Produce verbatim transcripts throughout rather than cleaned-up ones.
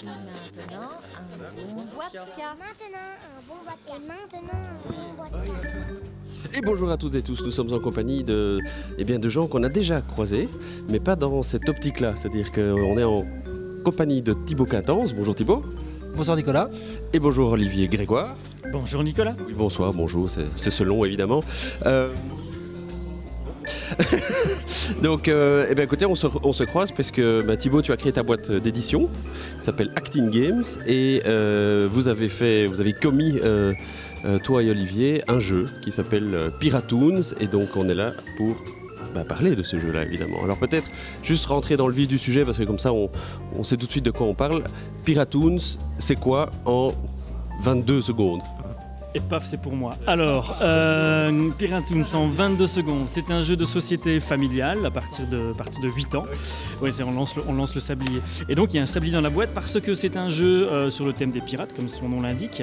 Maintenant, un bon boîte-casse. Maintenant, un bon boîte-casse. Et maintenant, un bon boîte-casse. Et bonjour à toutes et tous, nous sommes en compagnie de, eh bien, de gens qu'on a déjà croisés, mais pas dans cette optique-là. C'est-à-dire qu'on est en compagnie de Thibaut Quintanze. Bonjour Thibaut. Bonsoir Nicolas. Et bonjour Olivier Grégoire. Bonjour Nicolas. Oui, bonsoir, bonjour, c'est, c'est selon évidemment. Euh... Donc, euh, eh bien, écoutez, on se, on se croise parce que bah, Thibaut, tu as créé ta boîte d'édition qui s'appelle Acting Games et euh, vous avez fait, vous avez commis, euh, euh, toi et Olivier, un jeu qui s'appelle euh, Piratoons et donc on est là pour bah, parler de ce jeu-là évidemment. Alors peut-être juste rentrer dans le vif du sujet parce que comme ça on, on sait tout de suite de quoi on parle. Piratoons, c'est quoi en vingt-deux secondes? Et paf, c'est pour moi. Alors, euh, Piratoons en vingt-deux secondes, c'est un jeu de société familial à partir de, à partir de huit ans. Oui, c'est, on, lance le, on lance le sablier. Et donc, il y a un sablier dans la boîte parce que c'est un jeu euh, sur le thème des pirates, comme son nom l'indique,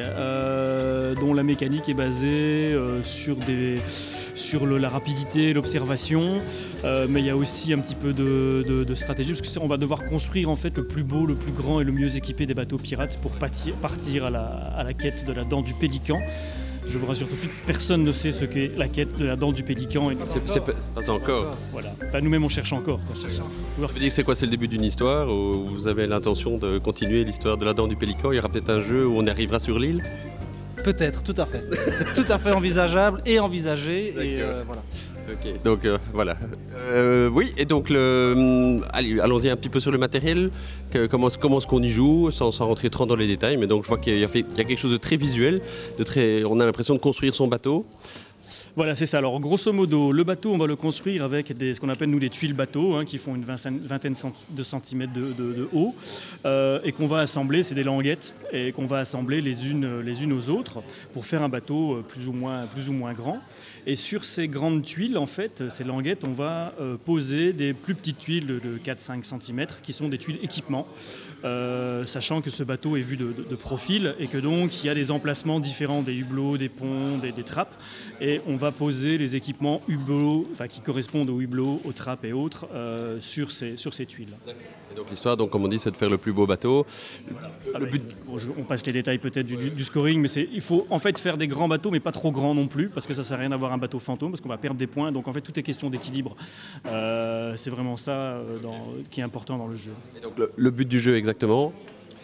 euh, dont la mécanique est basée euh, sur, des, sur le, la rapidité, l'observation, euh, mais il y a aussi un petit peu de, de, de stratégie, parce qu'on va devoir construire en fait le plus beau, le plus grand et le mieux équipé des bateaux pirates pour partir, partir à, la, à la quête de la dent du pélican. Je vous rassure tout de suite, personne ne sait ce qu'est la quête de la dent du pélican. Et c'est, c'est pas encore. Voilà. Enfin, nous-mêmes, on cherche encore. Quoi. Ça veut dire que c'est quoi? C'est le début d'une histoire où vous avez l'intention de continuer l'histoire de la dent du pélican? Il y aura peut-être un jeu où on arrivera sur l'île? Peut-être, tout à fait. C'est tout à fait envisageable et envisagé. Et euh, voilà. Ok, donc euh, voilà. Euh, oui, et donc le, allez, allons-y un petit peu sur le matériel. Que, comment, comment est-ce qu'on y joue, sans, sans rentrer trop dans les détails. Mais donc je vois qu'il y a, fait, il y a quelque chose de très visuel, de très, on a l'impression de construire son bateau. Voilà, c'est ça. Alors, grosso modo, le bateau, on va le construire avec des, ce qu'on appelle, nous, des tuiles bateaux, hein, qui font une vingtaine, vingtaine de centimètres de, de, de haut, euh, et qu'on va assembler, c'est des languettes, et qu'on va assembler les unes, les unes aux autres pour faire un bateau plus ou moins, plus ou moins grand. Et sur ces grandes tuiles, en fait, ces languettes, on va euh, poser des plus petites tuiles de quatre à cinq centimètres, qui sont des tuiles équipement, euh, sachant que ce bateau est vu de, de, de profil, et que donc, il y a des emplacements différents des hublots, des ponts, des, des trappes, et on va poser les équipements hublots, enfin, qui correspondent aux hublots, aux trappes et autres euh, sur, ces, sur ces tuiles. Et donc l'histoire, donc, comme on dit, c'est de faire le plus beau bateau. Voilà. Le but... bon, je, on passe les détails peut-être du, du, du scoring, mais c'est, il faut en fait faire des grands bateaux, mais pas trop grands non plus, parce que ça ne sert à rien d'avoir un bateau fantôme, parce qu'on va perdre des points. Donc en fait, tout est question d'équilibre. Euh, c'est vraiment ça euh, dans, qui est important dans le jeu. Et donc le, le but du jeu exactement?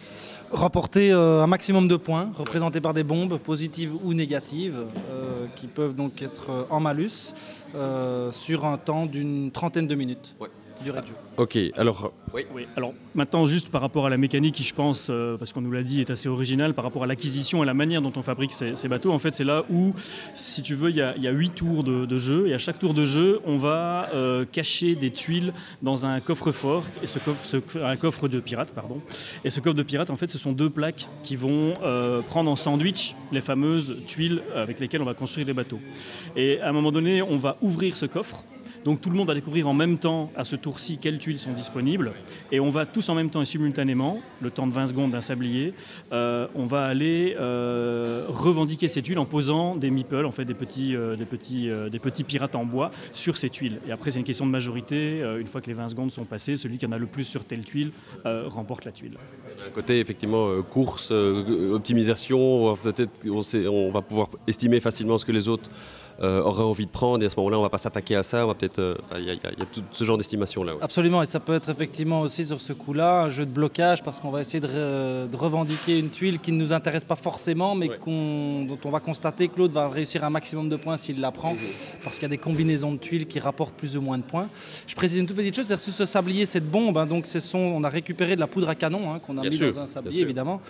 Remporter euh, un maximum de points, représentés par des bombes, positives ou négatives, euh, qui peuvent donc être euh, en malus, euh, sur un temps d'une trentaine de minutes. Ouais. Durée de jeu. Ok, alors... Oui. oui. Alors maintenant, juste par rapport à la mécanique qui, je pense, euh, parce qu'on nous l'a dit, est assez originale, par rapport à l'acquisition et la manière dont on fabrique ces, ces bateaux, en fait, c'est là où, si tu veux, il y a, il y a huit tours de, de jeu, et à chaque tour de jeu, on va euh, cacher des tuiles dans un coffre-fort, et ce coffre, ce, un coffre de pirate, pardon. Et ce coffre de pirate, en fait, ce sont deux plaques qui vont euh, prendre en sandwich les fameuses tuiles avec lesquelles on va construire les bateaux. Et à un moment donné, on va ouvrir ce coffre. Donc tout le monde va découvrir en même temps, à ce tour-ci, quelles tuiles sont disponibles. Et on va tous en même temps et simultanément, le temps de vingt secondes d'un sablier, euh, on va aller euh, revendiquer ces tuiles en posant des meeples, en fait des petits, euh, des, petits, euh, des petits pirates en bois sur ces tuiles. Et après, c'est une question de majorité. Euh, une fois que les vingt secondes sont passées, celui qui en a le plus sur telle tuile euh, remporte la tuile. D'un côté, effectivement, euh, course, euh, optimisation, peut-être on, sait, on va pouvoir estimer facilement ce que les autres Euh, aurait envie de prendre, et à ce moment-là on va pas s'attaquer à ça, on va peut-être, il euh, y, y, y a tout ce genre d'estimation là. Ouais. Absolument, et ça peut être effectivement aussi sur ce coup-là un jeu de blocage, parce qu'on va essayer de, re, de revendiquer une tuile qui ne nous intéresse pas forcément, mais ouais. qu'on, dont on va constater que l'autre va réussir un maximum de points s'il la prend, mmh. parce qu'il y a des combinaisons de tuiles qui rapportent plus ou moins de points. Je précise une toute petite chose, c'est que ce sablier, cette bombe, hein, donc c'est son, on a récupéré de la poudre à canon hein, qu'on a bien mis sûr, dans un sablier évidemment.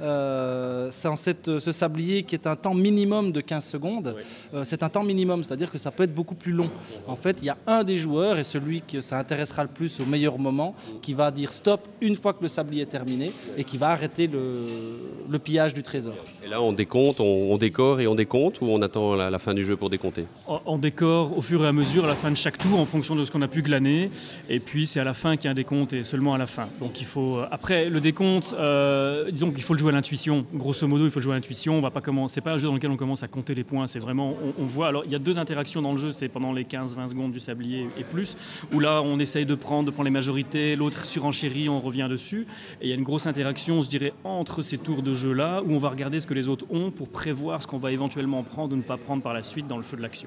Euh, c'est en cette, ce sablier qui est un temps minimum de quinze secondes, ouais. euh, c'est un temps minimum, c'est-à-dire que ça peut être beaucoup plus long. En fait, il y a un des joueurs, et celui que ça intéressera le plus au meilleur moment, qui va dire stop une fois que le sablier est terminé et qui va arrêter le, le pillage du trésor. Et là, on décompte, on, on décore et on décompte, ou on attend la, la fin du jeu pour décompter? On, on décore au fur et à mesure, à la fin de chaque tour, en fonction de ce qu'on a pu glaner. Et puis, c'est à la fin qu'il y a un décompte, et seulement à la fin. Donc, il faut... Après, le décompte, euh, disons qu'il faut le jouer à l'intuition. Grosso modo, il faut le jouer à l'intuition. On va pas commencer... C'est pas un jeu dans lequel on commence à compter les points. C'est vraiment... On, on voit... Alors, Alors il y a deux interactions dans le jeu, c'est pendant les quinze vingt secondes du sablier et plus, où là on essaye de prendre, de prendre les majorités, l'autre surenchérit, on revient dessus. Et il y a une grosse interaction, je dirais, entre ces tours de jeu-là, où on va regarder ce que les autres ont pour prévoir ce qu'on va éventuellement prendre ou ne pas prendre par la suite dans le feu de l'action.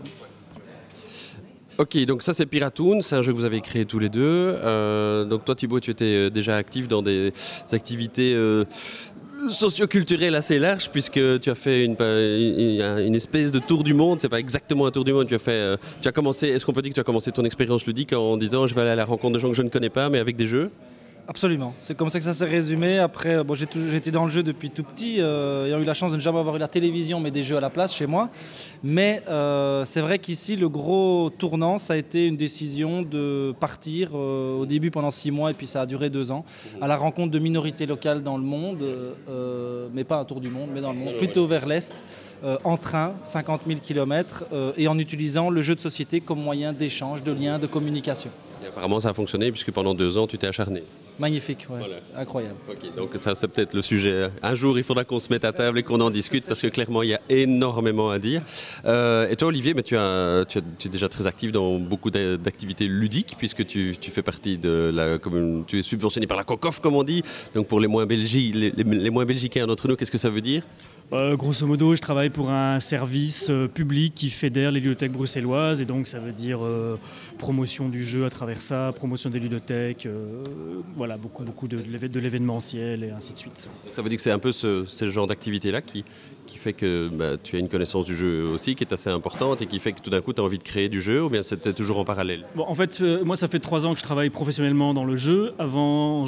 Ok, donc ça c'est Piratoon, c'est un jeu que vous avez créé tous les deux. Euh, donc toi Thibaut, tu étais déjà actif dans des activités euh, socio-culturelles assez larges, puisque tu as fait une, une, une espèce de tour du monde. C'est pas exactement un tour du monde, tu as fait, euh, tu as commencé, est-ce qu'on peut dire que tu as commencé ton expérience ludique en disant je vais aller à la rencontre de gens que je ne connais pas, mais avec des jeux? Absolument, c'est comme ça que ça s'est résumé. Après, bon, j'ai, toujours, j'ai été dans le jeu depuis tout petit, euh, ayant eu la chance de ne jamais avoir eu la télévision, mais des jeux à la place chez moi. Mais euh, c'est vrai qu'ici, le gros tournant, ça a été une décision de partir euh, au début pendant six mois, et puis ça a duré deux ans, à la rencontre de minorités locales dans le monde, euh, mais pas un tour du monde, mais dans le monde, plutôt vers l'Est, euh, en train, cinquante mille kilomètres, euh, et en utilisant le jeu de société comme moyen d'échange, de lien, de communication. Et apparemment ça a fonctionné, puisque pendant deux ans tu t'es acharné. Magnifique, ouais. Voilà. Incroyable. Ok, donc ça c'est peut-être le sujet. Un jour il faudra qu'on se mette à table et qu'on en discute parce que clairement il y a énormément à dire. Euh, et toi Olivier, mais tu, as, tu, as, tu es déjà très actif dans beaucoup d'activités ludiques puisque tu, tu fais partie de la commune, tu es subventionné par la COCOF comme on dit. Donc pour les moins, Belgi, les, les, les moins belgicains d'entre nous, qu'est-ce que ça veut dire? Euh, grosso modo, je travaille pour un service euh, public qui fédère les ludothèques bruxelloises et donc ça veut dire euh, promotion du jeu à travers ça, promotion des ludothèques, euh, voilà, beaucoup, beaucoup de, de l'événementiel et ainsi de suite. Donc ça veut dire que c'est un peu ce, ce genre d'activité-là qui, qui fait que bah, tu as une connaissance du jeu aussi qui est assez importante et qui fait que tout d'un coup tu as envie de créer du jeu ou bien c'était toujours en parallèle? Bon, en fait, euh, moi ça fait trois ans que je travaille professionnellement dans le jeu. Avant,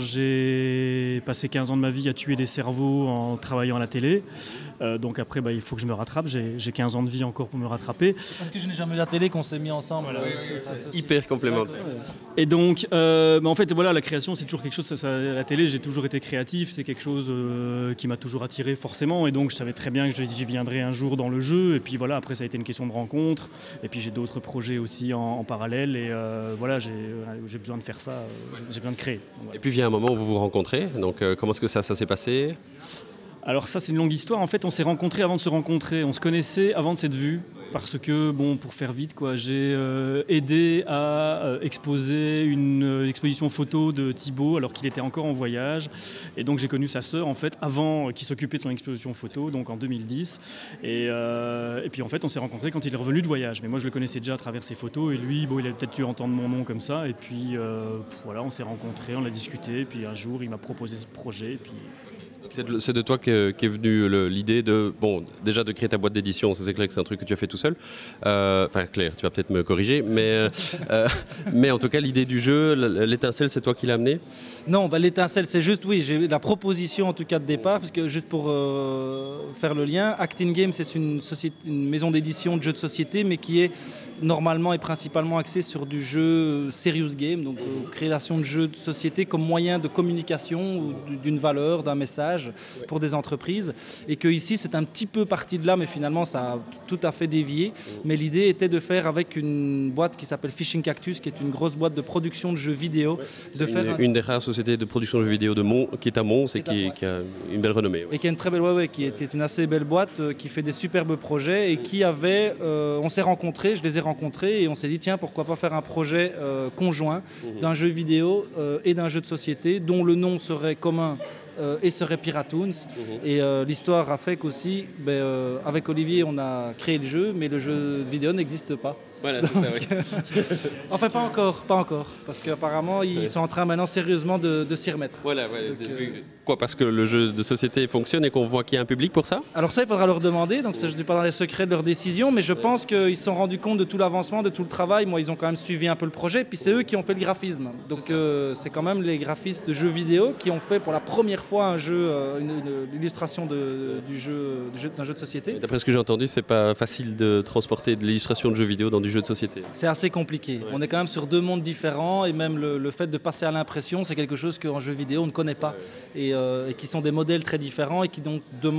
j'ai passé quinze ans de ma vie à tuer des cerveaux en travaillant à la télé. Euh, donc après, bah, il faut que je me rattrape. J'ai, j'ai quinze ans de vie encore pour me rattraper. Parce que je n'ai jamais eu la télé qu'on s'est mis ensemble. Voilà, oui, oui, c'est, c'est hyper complémentaire. Et donc, euh, bah, en fait, voilà, la création, c'est toujours quelque chose. Ça, ça, la télé, j'ai toujours été créatif. C'est quelque chose euh, qui m'a toujours attiré forcément. Et donc, je savais très bien que j'y viendrais un jour dans le jeu. Et puis voilà, après, ça a été une question de rencontre. Et puis j'ai d'autres projets aussi en, en parallèle. Et euh, voilà, j'ai, j'ai besoin de faire ça. J'ai besoin de créer. Donc, voilà. Et puis vient un moment où vous vous rencontrez. Donc, euh, comment est-ce que ça, ça s'est passé? Alors ça, c'est une longue histoire. En fait, on s'est rencontrés avant de se rencontrer. On se connaissait avant de s'être vus. Parce que, bon, pour faire vite, quoi, j'ai euh, aidé à euh, exposer une, euh, exposition photo de Thibaut alors qu'il était encore en voyage. Et donc, j'ai connu sa sœur, en fait, avant euh, qu'il s'occupait de son exposition photo, donc en deux mille dix. Et, euh, et puis, en fait, on s'est rencontrés quand il est revenu de voyage. Mais moi, je le connaissais déjà à travers ses photos. Et lui, bon, il a peut-être dû entendre mon nom comme ça. Et puis, euh, voilà, on s'est rencontrés, on a discuté. Et puis, un jour, il m'a proposé ce projet. Et puis... C'est de, c'est de toi qu'est, qu'est venue le, l'idée de, bon, déjà de créer ta boîte d'édition, ça c'est clair que c'est un truc que tu as fait tout seul. Euh, enfin, Claire, tu vas peut-être me corriger, mais, euh, mais en tout cas, l'idée du jeu, l'étincelle, c'est toi qui l'as amené? Non, bah, l'étincelle, c'est juste, oui, j'ai la proposition en tout cas de départ, parce que juste pour euh, faire le lien, Acting Games, c'est une, société, une maison d'édition de jeux de société, mais qui est normalement et principalement axée sur du jeu serious game, donc euh, création de jeux de société comme moyen de communication ou d'une valeur, d'un message pour des entreprises, et que ici c'est un petit peu parti de là, mais finalement ça a tout à fait dévié. Mais l'idée était de faire avec une boîte qui s'appelle Fishing Cactus, qui est une grosse boîte de production de jeux vidéo, de une, faire un... une des rares sociétés de production de jeux vidéo de Mons, qui est à Mons et qui, qui a une belle renommée. Ouais. Et qui a une très belle, ouais, ouais, qui est, qui est une assez belle boîte, euh, qui fait des superbes projets et qui avait, euh, on s'est rencontrés, je les ai rencontrés et on s'est dit tiens pourquoi pas faire un projet euh, conjoint mmh. d'un jeu vidéo euh, et d'un jeu de société dont le nom serait commun. Euh, et serait Piratoons. Mmh. Et euh, l'histoire a fait qu'aussi, ben, euh, avec Olivier, on a créé le jeu, mais le jeu vidéo n'existe pas. Voilà, donc, c'est ça, oui. Enfin, pas encore, pas encore, parce qu'apparemment, ils oui. sont en train maintenant sérieusement de, de s'y remettre. Voilà, ouais, donc, euh... quoi, parce que le jeu de société fonctionne et qu'on voit qu'il y a un public pour ça? Alors ça, il faudra leur demander, donc ça, je ne suis pas dans les secrets de leur décision, mais je ouais. pense qu'ils se sont rendus compte de tout l'avancement, de tout le travail. Moi, ils ont quand même suivi un peu le projet, puis c'est eux qui ont fait le graphisme. Donc c'est, euh, c'est quand même les graphistes de jeux vidéo qui ont fait pour la première fois un jeu, euh, une, une, une illustration de, du jeu, du jeu, d'un jeu de société. Mais d'après ce que j'ai entendu, c'est pas facile de transporter de l'illustration de jeux vidéo dans du jeu de société. C'est assez compliqué. Ouais. On est quand même sur deux mondes différents et même le, le fait de passer à l'impression, c'est quelque chose qu'en jeu vidéo on ne connaît pas ouais. et, euh, et qui sont des modèles très différents et qui donc demandent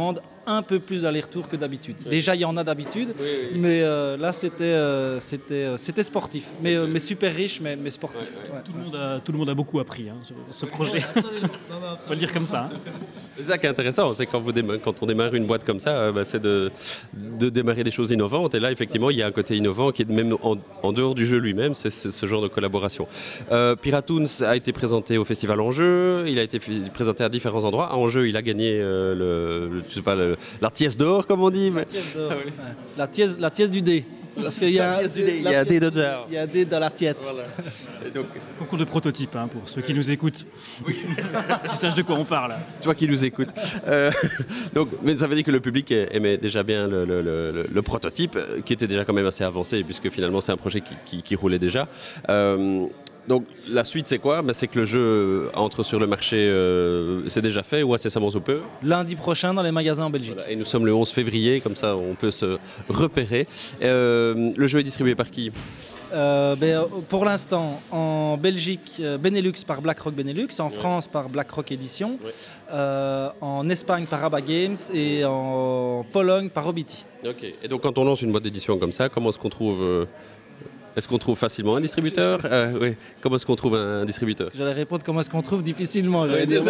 un peu plus d'aller-retour que d'habitude. Oui. Déjà, il y en a d'habitude, oui, oui. mais euh, là, c'était, euh, c'était, euh, c'était sportif. Mais, euh, mais super riche, mais, mais sportif. Ouais, ouais, tout, ouais. Le monde a, tout le monde a beaucoup appris, hein, ce, ce projet. On peut le dire comme ça. Hein. C'est ça qui est intéressant, c'est quand, vous déma- quand on démarre une boîte comme ça, euh, bah, c'est de, de démarrer des choses innovantes. Et là, effectivement, il y a un côté innovant qui est même en, en dehors du jeu lui-même, c'est, c'est ce genre de collaboration. Euh, Piratoons a été présenté au Festival Enjeu, il a été f- présenté à différents endroits. À Enjeu, il a gagné euh, le, le, je sais pas, le, la tièce d'or, comme on dit. Mais... La tièce d'or, ah, oui. ouais. la, tièce, la tièce du dé. Parce qu'il y a, un, il y a un dé d'honneur. Il y a un dé dans la tièce. Voilà. Donc... Concours de prototype, hein, pour ceux qui nous écoutent. Oui. Qui sachent de quoi on parle. Toi qui nous écoutes. Euh, donc, mais ça veut dire que le public aimait déjà bien le, le, le, le prototype, qui était déjà quand même assez avancé, puisque finalement c'est un projet qui, qui, qui roulait déjà. Euh, Donc la suite c'est quoi? Ben, c'est que le jeu entre sur le marché, euh, c'est déjà fait ou incessamment sous peu? Lundi prochain dans les magasins en Belgique. Voilà, et nous sommes le onze février, comme ça on peut se repérer. Euh, le jeu est distribué par qui? euh, ben, Pour l'instant en Belgique, euh, Benelux par BlackRock Benelux, en ouais. France par BlackRock Édition, ouais. euh, en Espagne par Abba Games et en Pologne par Obiti. Ok, et donc quand on lance une boîte d'édition comme ça, comment est-ce qu'on trouve... Euh Est-ce qu'on trouve facilement un distributeur? euh, oui. Comment est-ce qu'on trouve un distributeur? J'allais répondre comment est-ce qu'on trouve difficilement. J'allais dire.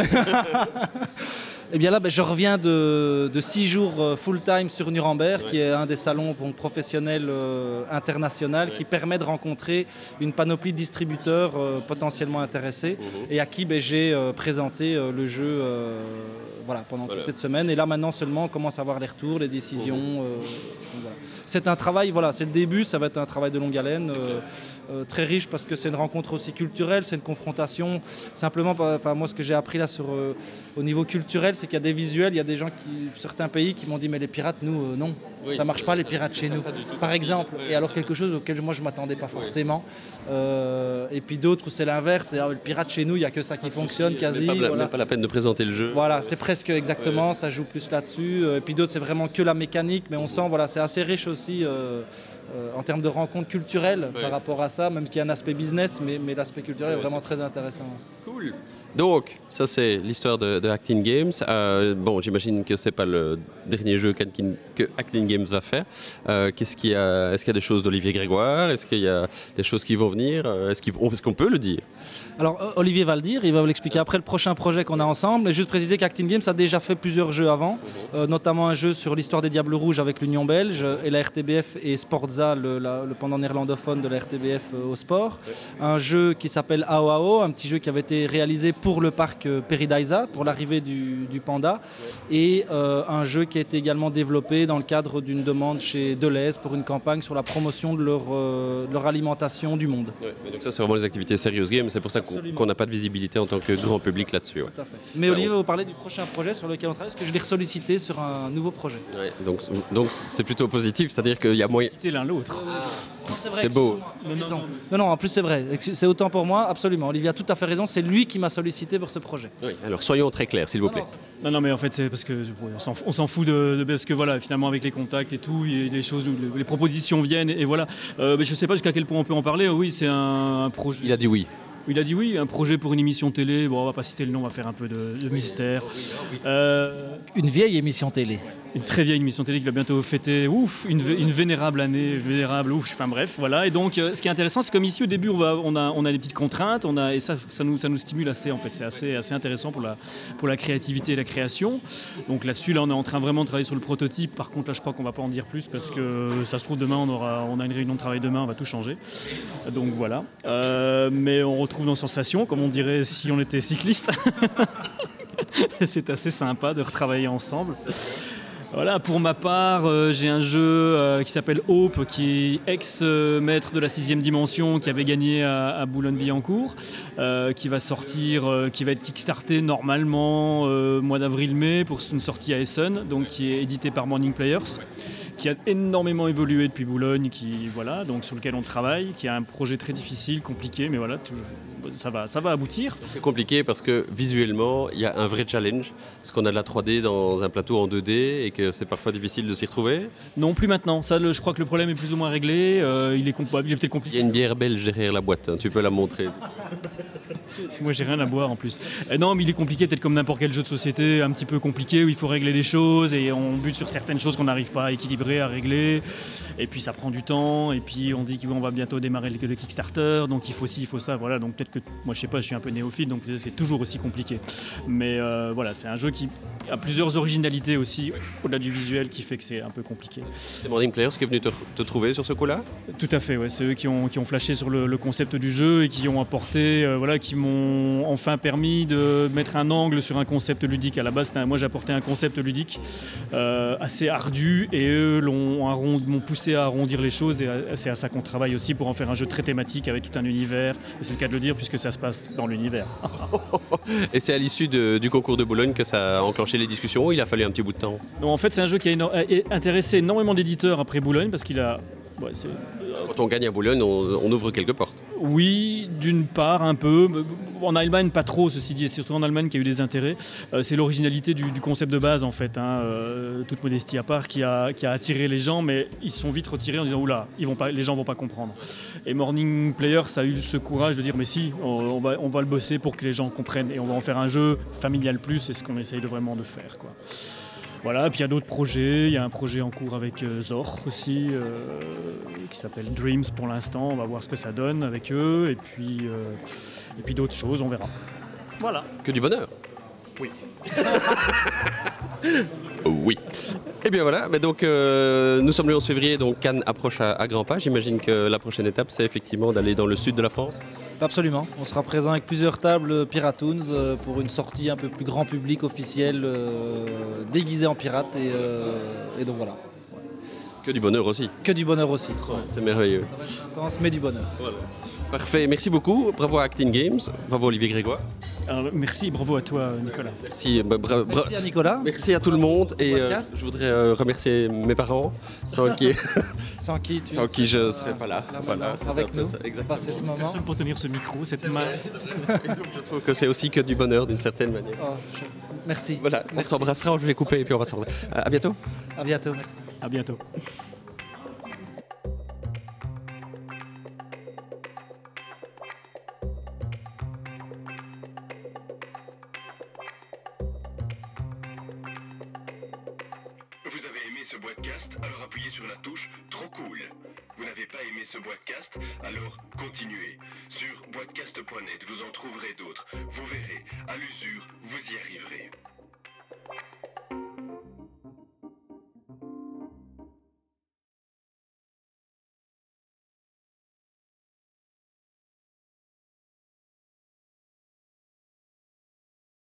Eh bien là, ben, je reviens de, de six jours full-time sur Nuremberg, ouais. qui est un des salons bon, professionnels euh, internationaux, ouais. qui permet de rencontrer une panoplie de distributeurs euh, potentiellement intéressés, mmh. et à qui ben, j'ai euh, présenté euh, le jeu euh, voilà, pendant voilà. toute cette semaine. Et là maintenant seulement, on commence à voir les retours, les décisions. Mmh. Euh, voilà. C'est un travail, voilà, c'est le début, ça va être un travail de longue haleine, euh, euh, très riche parce que c'est une rencontre aussi culturelle, c'est une confrontation. Simplement, par, par moi, ce que j'ai appris là sur, euh, au niveau culturel, c'est qu'il y a des visuels, il y a des gens, qui, certains pays qui m'ont dit mais les pirates, nous, euh, non, oui, ça marche pas les pirates chez nous, par exemple. Et alors quelque chose auquel moi je m'attendais pas forcément. Euh, et puis d'autres où c'est l'inverse, c'est le pirate chez nous, il y a que ça qui fonctionne quasi. Même pas, voilà. même pas la peine de présenter le jeu. Voilà, c'est presque exactement, ouais. ça joue plus là-dessus. Et puis d'autres, c'est vraiment que la mécanique, mais on sent, voilà, c'est assez riche aussi. Euh, Euh, en termes de rencontres culturelles ouais. par rapport à ça, même qu'il y a un aspect business, mais, mais l'aspect culturel ouais, est vraiment c'est... très intéressant. Cool. Donc, ça c'est l'histoire de, de Acting Games. Euh, bon, j'imagine que c'est pas le dernier jeu que Acting Games va faire. Euh, qu'est-ce qu'il y a, est-ce qu'il y a des choses d'Olivier Grégoire? Est-ce qu'il y a des choses qui vont venir? Est-ce, qu'il, est-ce qu'on peut le dire? Alors, Olivier va le dire, il va vous l'expliquer après le prochain projet qu'on a ensemble. Mais juste préciser qu'Acting Games a déjà fait plusieurs jeux avant, mm-hmm. euh, notamment un jeu sur l'histoire des Diables Rouges avec l'Union Belge et la R T B F et Sportza, le, la, le pendant néerlandophone de la R T B F euh, au sport. Ouais. Un jeu qui s'appelle A O A O, un petit jeu qui avait été réalisé pour le parc Peridaisa, pour l'arrivée du, du panda, ouais. et euh, un jeu qui a été également développé dans le cadre d'une demande chez Deleuze pour une campagne sur la promotion de leur, euh, de leur alimentation du monde. Ouais, mais donc ça c'est vraiment les activités serious game, c'est pour ça qu'on, qu'on n'a pas de visibilité en tant que grand public là-dessus. Ouais. Tout à fait. Mais alors, Olivier va vous parler du prochain projet sur lequel on travaille, parce que je l'ai sollicité sur un nouveau projet. Ouais, donc, donc c'est plutôt positif, c'est-à-dire qu'il y a moyen... Quitter l'un l'autre. Ah. Non, c'est, vrai, c'est beau. Non non, non, non, non, en plus c'est vrai, c'est autant pour moi, absolument. Olivier a tout à fait raison, c'est lui qui m'a sollicité pour ce projet. Oui, alors soyons très clairs, s'il vous plaît. Non, non, non, non mais en fait, c'est parce que on s'en, on s'en fout de, de. Parce que voilà, finalement, avec les contacts et tout, les choses, les, les propositions viennent, et, et voilà. Euh, mais je ne sais pas jusqu'à quel point on peut en parler. Oui, c'est un, un projet. Il a dit oui. Il a dit oui, un projet pour une émission télé. Bon, on va pas citer le nom, on va faire un peu de, de mystère. Euh, une vieille émission télé. Une très vieille émission télé qui va bientôt fêter ouf, une, une vénérable année, vénérable, ouf, enfin bref, voilà. Et donc, euh, ce qui est intéressant, c'est comme ici, au début, on, va, on, a, on a des petites contraintes, on a, et ça, ça, nous, ça nous stimule assez, en fait. C'est assez, assez intéressant pour la, pour la créativité et la création. Donc là-dessus, là, on est en train vraiment de travailler sur le prototype. Par contre, là, je crois qu'on va pas en dire plus, parce que ça se trouve, demain, on, aura, on a une réunion de travail demain, on va tout changer. Donc voilà. Euh, mais on retrouve nos sensations, comme on dirait si on était cycliste. C'est assez sympa de retravailler ensemble. Voilà, pour ma part, euh, j'ai un jeu euh, qui s'appelle Hope, qui est ex-maître de la sixième dimension, qui avait gagné à, à Boulogne-Billancourt, euh, qui va sortir, euh, qui va être kickstarté normalement euh, mois d'avril-mai pour une sortie à Essen, donc qui est édité par Morning Players, qui a énormément évolué depuis Boulogne, qui voilà, donc sur lequel on travaille, qui a un projet très difficile, compliqué, mais voilà, tout, ça va, ça va aboutir. C'est compliqué parce que visuellement, il y a un vrai challenge, parce qu'on a de la trois D dans un plateau en deux D et que c'est parfois difficile de s'y retrouver. Non, plus maintenant. Ça, le, je crois que le problème est plus ou moins réglé. Euh, il, est comp- il est peut-être compliqué. Il y a une bière belge derrière la boîte, hein, tu peux la montrer. Moi, j'ai rien à boire en plus. Euh, non, mais il est compliqué, peut-être comme n'importe quel jeu de société, un petit peu compliqué, où il faut régler des choses et on bute sur certaines choses qu'on n'arrive pas à équilibrer, à régler. Et puis ça prend du temps. Et puis on dit qu'on va bientôt démarrer le, le Kickstarter, donc il faut ci, il faut ça. Voilà, donc peut-être que moi, je sais pas, je suis un peu néophyte, donc c'est toujours aussi compliqué. Mais euh, voilà, c'est un jeu qui a plusieurs originalités aussi, au-delà du visuel, qui fait que c'est un peu compliqué. C'est Morning Players qui est venu te, te trouver sur ce coup-là? Tout à fait, ouais. C'est eux qui ont, qui ont flashé sur le, le concept du jeu et qui ont apporté, euh, voilà, qui m'ont enfin permis de mettre un angle sur un concept ludique. À la base, un, moi j'apportais un concept ludique euh, assez ardu et eux l'ont, arrond, m'ont poussé à arrondir les choses et à, c'est à ça qu'on travaille aussi pour en faire un jeu très thématique avec tout un univers. Et c'est le cas de le dire puisque ça se passe dans l'univers. Et c'est à l'issue de, du concours de Boulogne que ça a enclenché les discussions ou il a fallu un petit bout de temps? Non, en fait, c'est un jeu qui a, éno- a intéressé énormément d'éditeurs après Boulogne parce qu'il a... Ouais, c'est... Quand on gagne à Boulogne, on, on ouvre quelques portes. Oui, d'une part, un peu. En Allemagne, pas trop, ceci dit. C'est surtout en Allemagne qu'il y a eu des intérêts. Euh, c'est l'originalité du, du concept de base, en fait, hein, euh, toute modestie à part, qui a, qui a attiré les gens, mais ils se sont vite retirés en disant « Oula, ils vont pas, les gens vont pas comprendre ». Et Morning Players a eu ce courage de dire « Mais si, on, on, va, on va le bosser pour que les gens comprennent et on va en faire un jeu familial plus », c'est ce qu'on essaye de vraiment de faire, quoi. Voilà, et puis il y a d'autres projets, il y a un projet en cours avec euh, Zor aussi, euh, qui s'appelle Dreams pour l'instant, on va voir ce que ça donne avec eux, et puis, euh, et puis d'autres choses, on verra. Voilà. Que du bonheur. Oui. Oui. Et bien voilà, mais donc euh, nous sommes le onze février, donc Cannes approche à, à grands pas. J'imagine que la prochaine étape, c'est effectivement d'aller dans le sud de la France. Absolument, on sera présent avec plusieurs tables Piratoons euh, pour une sortie un peu plus grand public officielle, euh, déguisée en pirate, et, euh, et donc voilà. Que du bonheur aussi. Que du bonheur aussi. Ouais, c'est merveilleux. Ça va être intense, mais du bonheur. Voilà. Parfait, merci beaucoup. Bravo à Acting Games, bravo Olivier Grégoire. Alors, merci et bravo à toi, Nicolas. Merci, bah, bra- bra- Merci à Nicolas. merci à tout le monde et euh, Podcast. je voudrais euh, remercier mes parents sans qui, Sans qui tu sans qui je ne seras serais pas là. là Voilà, maintenant, c'est un avec peu nous, ça, exactement. passer ce moment. Personne pour tenir ce micro, cette main. Et donc je trouve que c'est aussi que du bonheur d'une certaine manière. Oh, je- Merci. Voilà, on Merci. s'embrassera, je vais couper et puis on va s'embrasser. À à bientôt. À bientôt, merci. À bientôt. Vous avez aimé ce podcast, alors appuyez sur la touche Trop cool. Vous n'avez pas aimé ce podcast, alors continuez. Sur boitcast point net, vous en trouverez d'autres. Vous verrez, à l'usure, vous y arriverez.